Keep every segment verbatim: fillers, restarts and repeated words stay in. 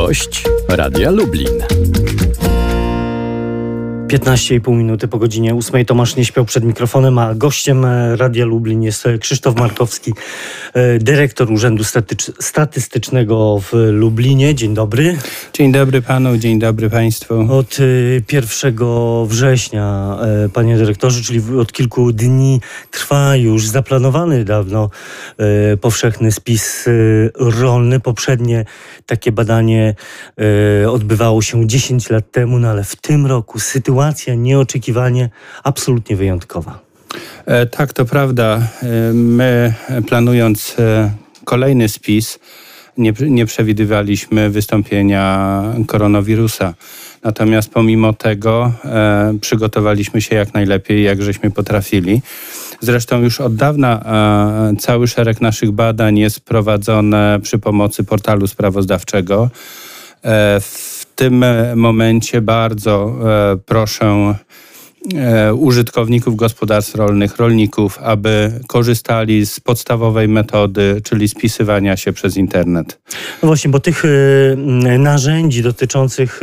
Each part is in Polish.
Gość Radia Lublin. piętnaście i pół minuty po godzinie ósmej. Tomasz nie śpiał przed mikrofonem, a gościem Radia Lublin jest Krzysztof Markowski, dyrektor Urzędu Statystycznego w Lublinie. Dzień dobry. Dzień dobry panu, dzień dobry państwu. Od pierwszego września, panie dyrektorze, czyli od kilku dni trwa już zaplanowany dawno powszechny spis rolny. Poprzednie takie badanie odbywało się dziesięć lat temu, no ale w tym roku sytuacja Sytuacja nieoczekiwanie absolutnie wyjątkowa. E, tak, to prawda. E, my planując e, kolejny spis nie, nie przewidywaliśmy wystąpienia koronawirusa. Natomiast pomimo tego e, przygotowaliśmy się jak najlepiej, jak żeśmy potrafili. Zresztą już od dawna e, cały szereg naszych badań jest prowadzony przy pomocy portalu sprawozdawczego. E, w tym momencie bardzo e, proszę e, użytkowników gospodarstw rolnych, rolników, aby korzystali z podstawowej metody, czyli spisywania się przez internet. No właśnie, bo tych y, narzędzi dotyczących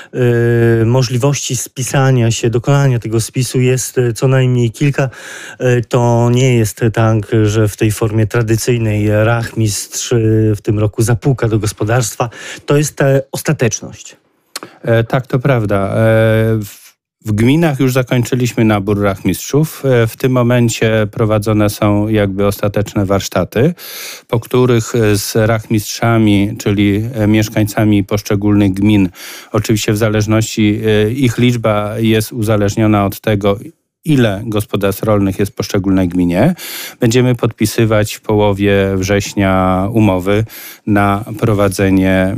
y, możliwości spisania się, dokonania tego spisu jest co najmniej kilka. Y, to nie jest tak, że w tej formie tradycyjnej rachmistrz y, w tym roku zapuka do gospodarstwa. To jest ta ostateczność. E, tak, to prawda. E, w, w gminach już zakończyliśmy nabór rachmistrzów. E, w tym momencie prowadzone są jakby ostateczne warsztaty, po których z rachmistrzami, czyli mieszkańcami poszczególnych gmin, oczywiście w zależności e, ich liczba jest uzależniona od tego, ile gospodarstw rolnych jest w poszczególnej gminie. Będziemy podpisywać w połowie września umowy na prowadzenie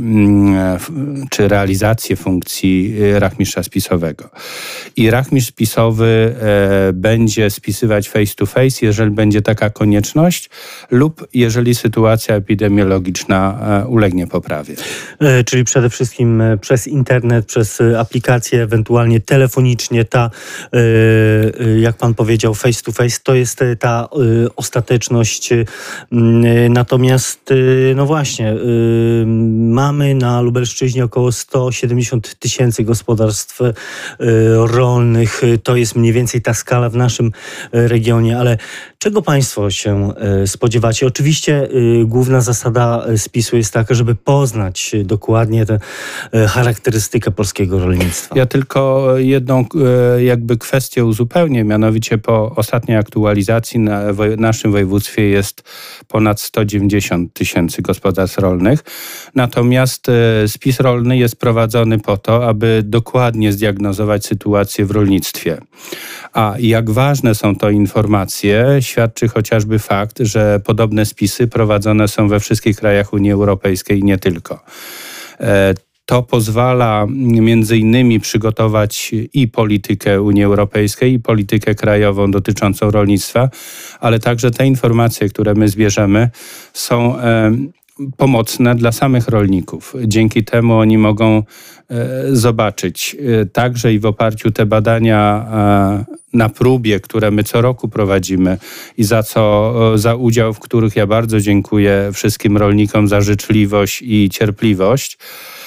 czy realizację funkcji rachmistrza spisowego. I rachmistrz spisowy e, będzie spisywać face to face, jeżeli będzie taka konieczność lub jeżeli sytuacja epidemiologiczna e, ulegnie poprawie. E, czyli przede wszystkim przez internet, przez aplikację, ewentualnie telefonicznie ta e, jak pan powiedział, face to face, to jest ta y, ostateczność. Y, natomiast, y, no właśnie, y, mamy na Lubelszczyźnie około sto siedemdziesiąt tysięcy gospodarstw y, rolnych. To jest mniej więcej ta skala w naszym y, regionie, ale czego państwo się y, spodziewacie? Oczywiście y, główna zasada spisu jest taka, żeby poznać dokładnie tę y, charakterystykę polskiego rolnictwa. Ja tylko jedną y, jakby kwestię uzupełnię. Mianowicie po ostatniej aktualizacji na w naszym województwie jest ponad sto dziewięćdziesiąt tysięcy gospodarstw rolnych. Natomiast e, spis rolny jest prowadzony po to, aby dokładnie zdiagnozować sytuację w rolnictwie. A jak ważne są to informacje, świadczy chociażby fakt, że podobne spisy prowadzone są we wszystkich krajach Unii Europejskiej i nie tylko. E, To pozwala między innymi przygotować i politykę Unii Europejskiej, i politykę krajową dotyczącą rolnictwa, ale także te informacje, które my zbierzemy, są e, pomocne dla samych rolników. Dzięki temu oni mogą e, zobaczyć e, także i w oparciu te badania e, na próbie, które my co roku prowadzimy i za co, za udział, w których ja bardzo dziękuję wszystkim rolnikom za życzliwość i cierpliwość.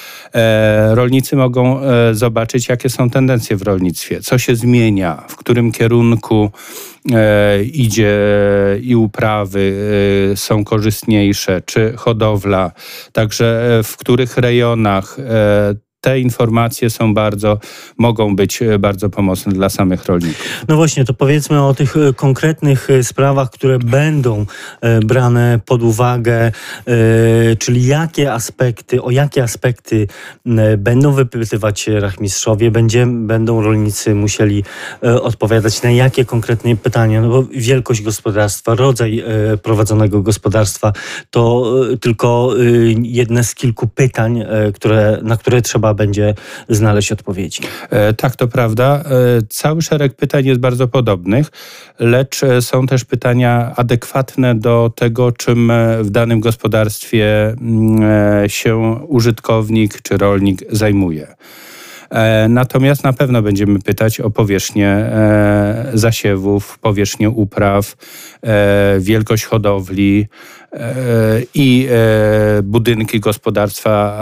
E, rolnicy mogą e, zobaczyć, jakie są tendencje w rolnictwie, co się zmienia, w którym kierunku e, idzie i uprawy e, są korzystniejsze, czy hodowla, także e, w których rejonach e, te informacje są bardzo, mogą być bardzo pomocne dla samych rolników. No właśnie, to powiedzmy o tych konkretnych sprawach, które będą brane pod uwagę, czyli jakie aspekty, o jakie aspekty będą wypytywać rachmistrzowie, będzie, będą rolnicy musieli odpowiadać na jakie konkretnie pytania, no bo wielkość gospodarstwa, rodzaj prowadzonego gospodarstwa to tylko jedne z kilku pytań, które, na które trzeba będzie znaleźć odpowiedzi. E, tak, to prawda. E, cały szereg pytań jest bardzo podobnych, lecz są też pytania adekwatne do tego, czym w danym gospodarstwie e, się użytkownik czy rolnik zajmuje. Natomiast na pewno będziemy pytać o powierzchnię zasiewów, powierzchnię upraw, wielkość hodowli i budynki gospodarstwa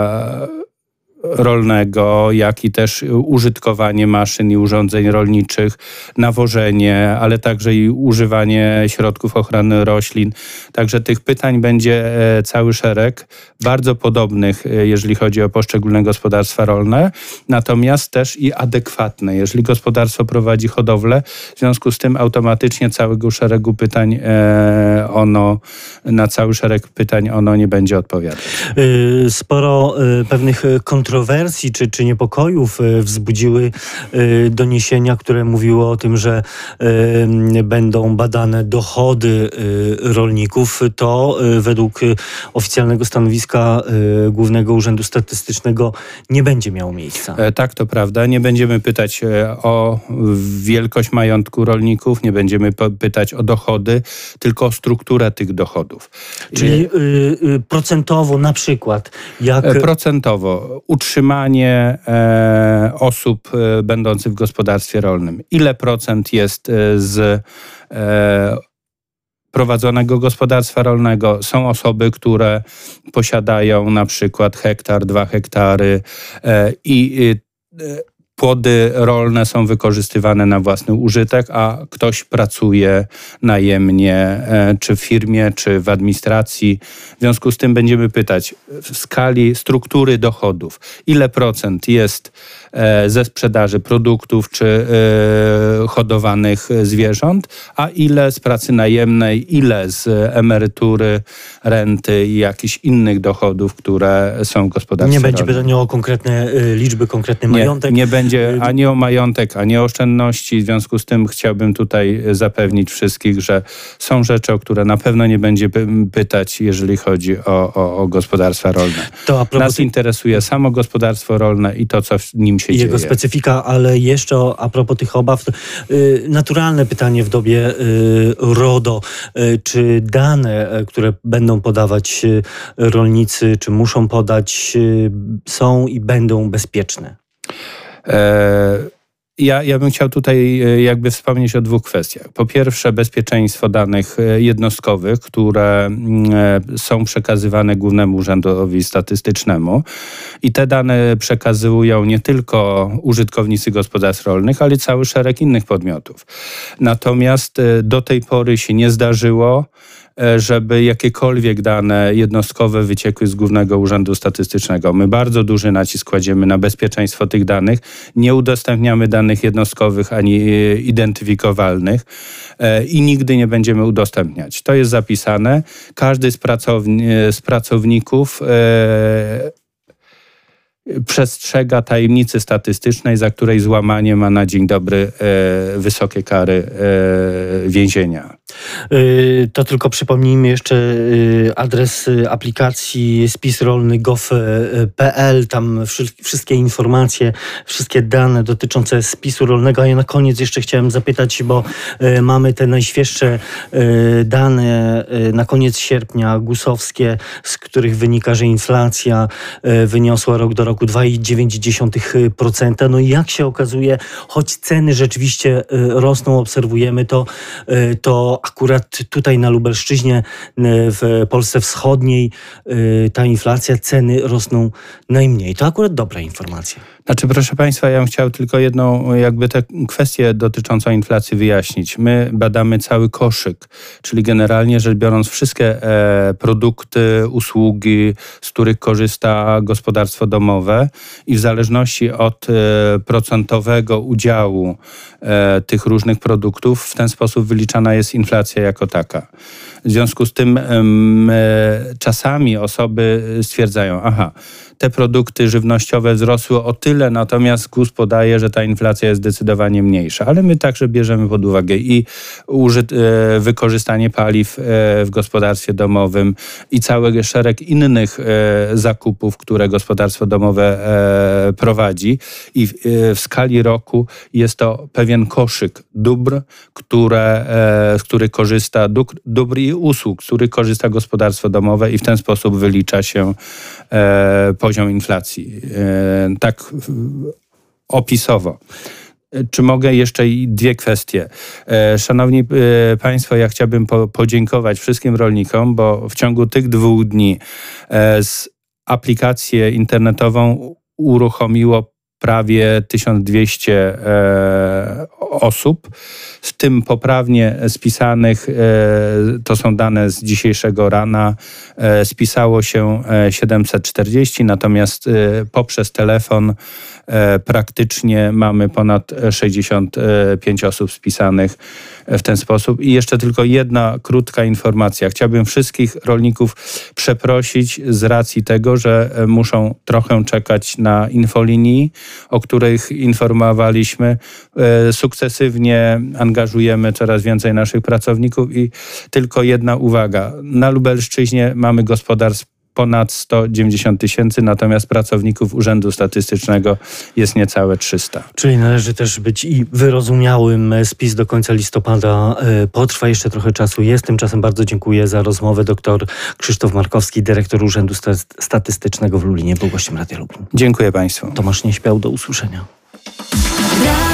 rolnego, jak i też użytkowanie maszyn i urządzeń rolniczych, nawożenie, ale także i używanie środków ochrony roślin. Także tych pytań będzie cały szereg, bardzo podobnych, jeżeli chodzi o poszczególne gospodarstwa rolne, natomiast też i adekwatne. Jeżeli gospodarstwo prowadzi hodowlę, w związku z tym automatycznie całego szeregu pytań ono, na cały szereg pytań ono nie będzie odpowiadać. Sporo pewnych kontrowersji kontrowersji czy, czy niepokojów wzbudziły doniesienia, które mówiły o tym, że będą badane dochody rolników. To według oficjalnego stanowiska Głównego Urzędu Statystycznego nie będzie miało miejsca. Tak, to prawda. Nie będziemy pytać o wielkość majątku rolników, nie będziemy pytać o dochody, tylko o strukturę tych dochodów. Czyli procentowo na przykład jak... Procentowo utrzymanie e, osób e, będących w gospodarstwie rolnym. Ile procent jest e, z e, prowadzonego gospodarstwa rolnego? Są osoby, które posiadają na przykład hektar, dwa hektary e, i e, płody rolne są wykorzystywane na własny użytek, a ktoś pracuje najemnie, czy w firmie, czy w administracji. W związku z tym będziemy pytać w skali struktury dochodów, ile procent jest ze sprzedaży produktów, czy hodowanych zwierząt, a ile z pracy najemnej, ile z emerytury, renty i jakichś innych dochodów, które są w gospodarstwie Nie będzie rolnym. pytania o konkretne liczby, konkretny nie, majątek. Nie będzie ani o majątek, ani o oszczędności. W związku z tym chciałbym tutaj zapewnić wszystkich, że są rzeczy, o które na pewno nie będzie pytać, jeżeli chodzi o, o, o gospodarstwa rolne. To a propos... Nas interesuje samo gospodarstwo rolne i to, co w nim się jego dzieje. specyfika, ale jeszcze o, a propos tych obaw, y, naturalne pytanie w dobie y, RODO, y, czy dane, y, które będą podawać y, rolnicy, czy muszą podać, y, są i będą bezpieczne? E Ja, ja bym chciał tutaj jakby wspomnieć o dwóch kwestiach. Po pierwsze, bezpieczeństwo danych jednostkowych, które są przekazywane Głównemu Urzędowi Statystycznemu i te dane przekazują nie tylko użytkownicy gospodarstw rolnych, ale cały szereg innych podmiotów. Natomiast do tej pory się nie zdarzyło, żeby jakiekolwiek dane jednostkowe wyciekły z Głównego Urzędu Statystycznego. My bardzo duży nacisk kładziemy na bezpieczeństwo tych danych. Nie udostępniamy danych jednostkowych ani identyfikowalnych i nigdy nie będziemy udostępniać. To jest zapisane. Każdy z, pracowni z pracowników przestrzega tajemnicy statystycznej, za której złamanie ma na dzień dobry e, wysokie kary e, więzienia. Yy, to tylko przypomnijmy jeszcze yy, adres aplikacji spis rolny gov kropka p l. Tam wszy wszystkie informacje, wszystkie dane dotyczące spisu rolnego. A ja na koniec jeszcze chciałem zapytać, bo yy, mamy te najświeższe yy, dane yy, na koniec sierpnia gusowskie, z których wynika, że inflacja yy, wyniosła rok do roku dwa przecinek dziewięć procent. No i jak się okazuje, choć ceny rzeczywiście rosną, obserwujemy to, to akurat tutaj na Lubelszczyźnie, w Polsce Wschodniej ta inflacja, ceny rosną najmniej. To akurat dobra informacja. Znaczy, proszę Państwa, ja bym chciał tylko jedną jakby tę kwestię dotyczącą inflacji wyjaśnić. My badamy cały koszyk, czyli generalnie rzecz biorąc wszystkie e, produkty, usługi, z których korzysta gospodarstwo domowe i w zależności od e, procentowego udziału e, tych różnych produktów w ten sposób wyliczana jest inflacja jako taka. W związku z tym e, czasami osoby stwierdzają, aha, te produkty żywnościowe wzrosły o tyle, natomiast GUS podaje, że ta inflacja jest zdecydowanie mniejsza. Ale my także bierzemy pod uwagę i użyt, e, wykorzystanie paliw e, w gospodarstwie domowym i cały szereg innych e, zakupów, które gospodarstwo domowe e, prowadzi. I w, e, w skali roku jest to pewien koszyk dóbr, które, e, z których korzysta, dóbr, dóbr i usług, z których korzysta gospodarstwo domowe i w ten sposób wylicza się e, poziom inflacji. Tak opisowo. Czy mogę jeszcze i dwie kwestie? Szanowni Państwo, ja chciałbym po, podziękować wszystkim rolnikom, bo w ciągu tych dwóch dni z aplikację internetową uruchomiło prawie tysiąc dwieście e, osób, w tym poprawnie spisanych, e, to są dane z dzisiejszego rana, e, spisało się siedemset czterdzieści, natomiast e, poprzez telefon e, praktycznie mamy ponad sześćdziesiąt pięć osób spisanych w ten sposób. I jeszcze tylko jedna krótka informacja. Chciałbym wszystkich rolników przeprosić z racji tego, że muszą trochę czekać na infolinii, o których informowaliśmy. Sukcesywnie angażujemy coraz więcej naszych pracowników i tylko jedna uwaga. Na Lubelszczyźnie mamy gospodarstw ponad sto dziewięćdziesiąt tysięcy, natomiast pracowników Urzędu Statystycznego jest niecałe trzysta. Czyli należy też być i wyrozumiałym. Spis do końca listopada potrwa, jeszcze trochę czasu jest. Tymczasem bardzo dziękuję za rozmowę. Doktor Krzysztof Markowski, dyrektor Urzędu Statystycznego w Lublinie, był gościem Radia Lublin. Dziękuję Państwu. Tomasz Nieśpiał, do usłyszenia.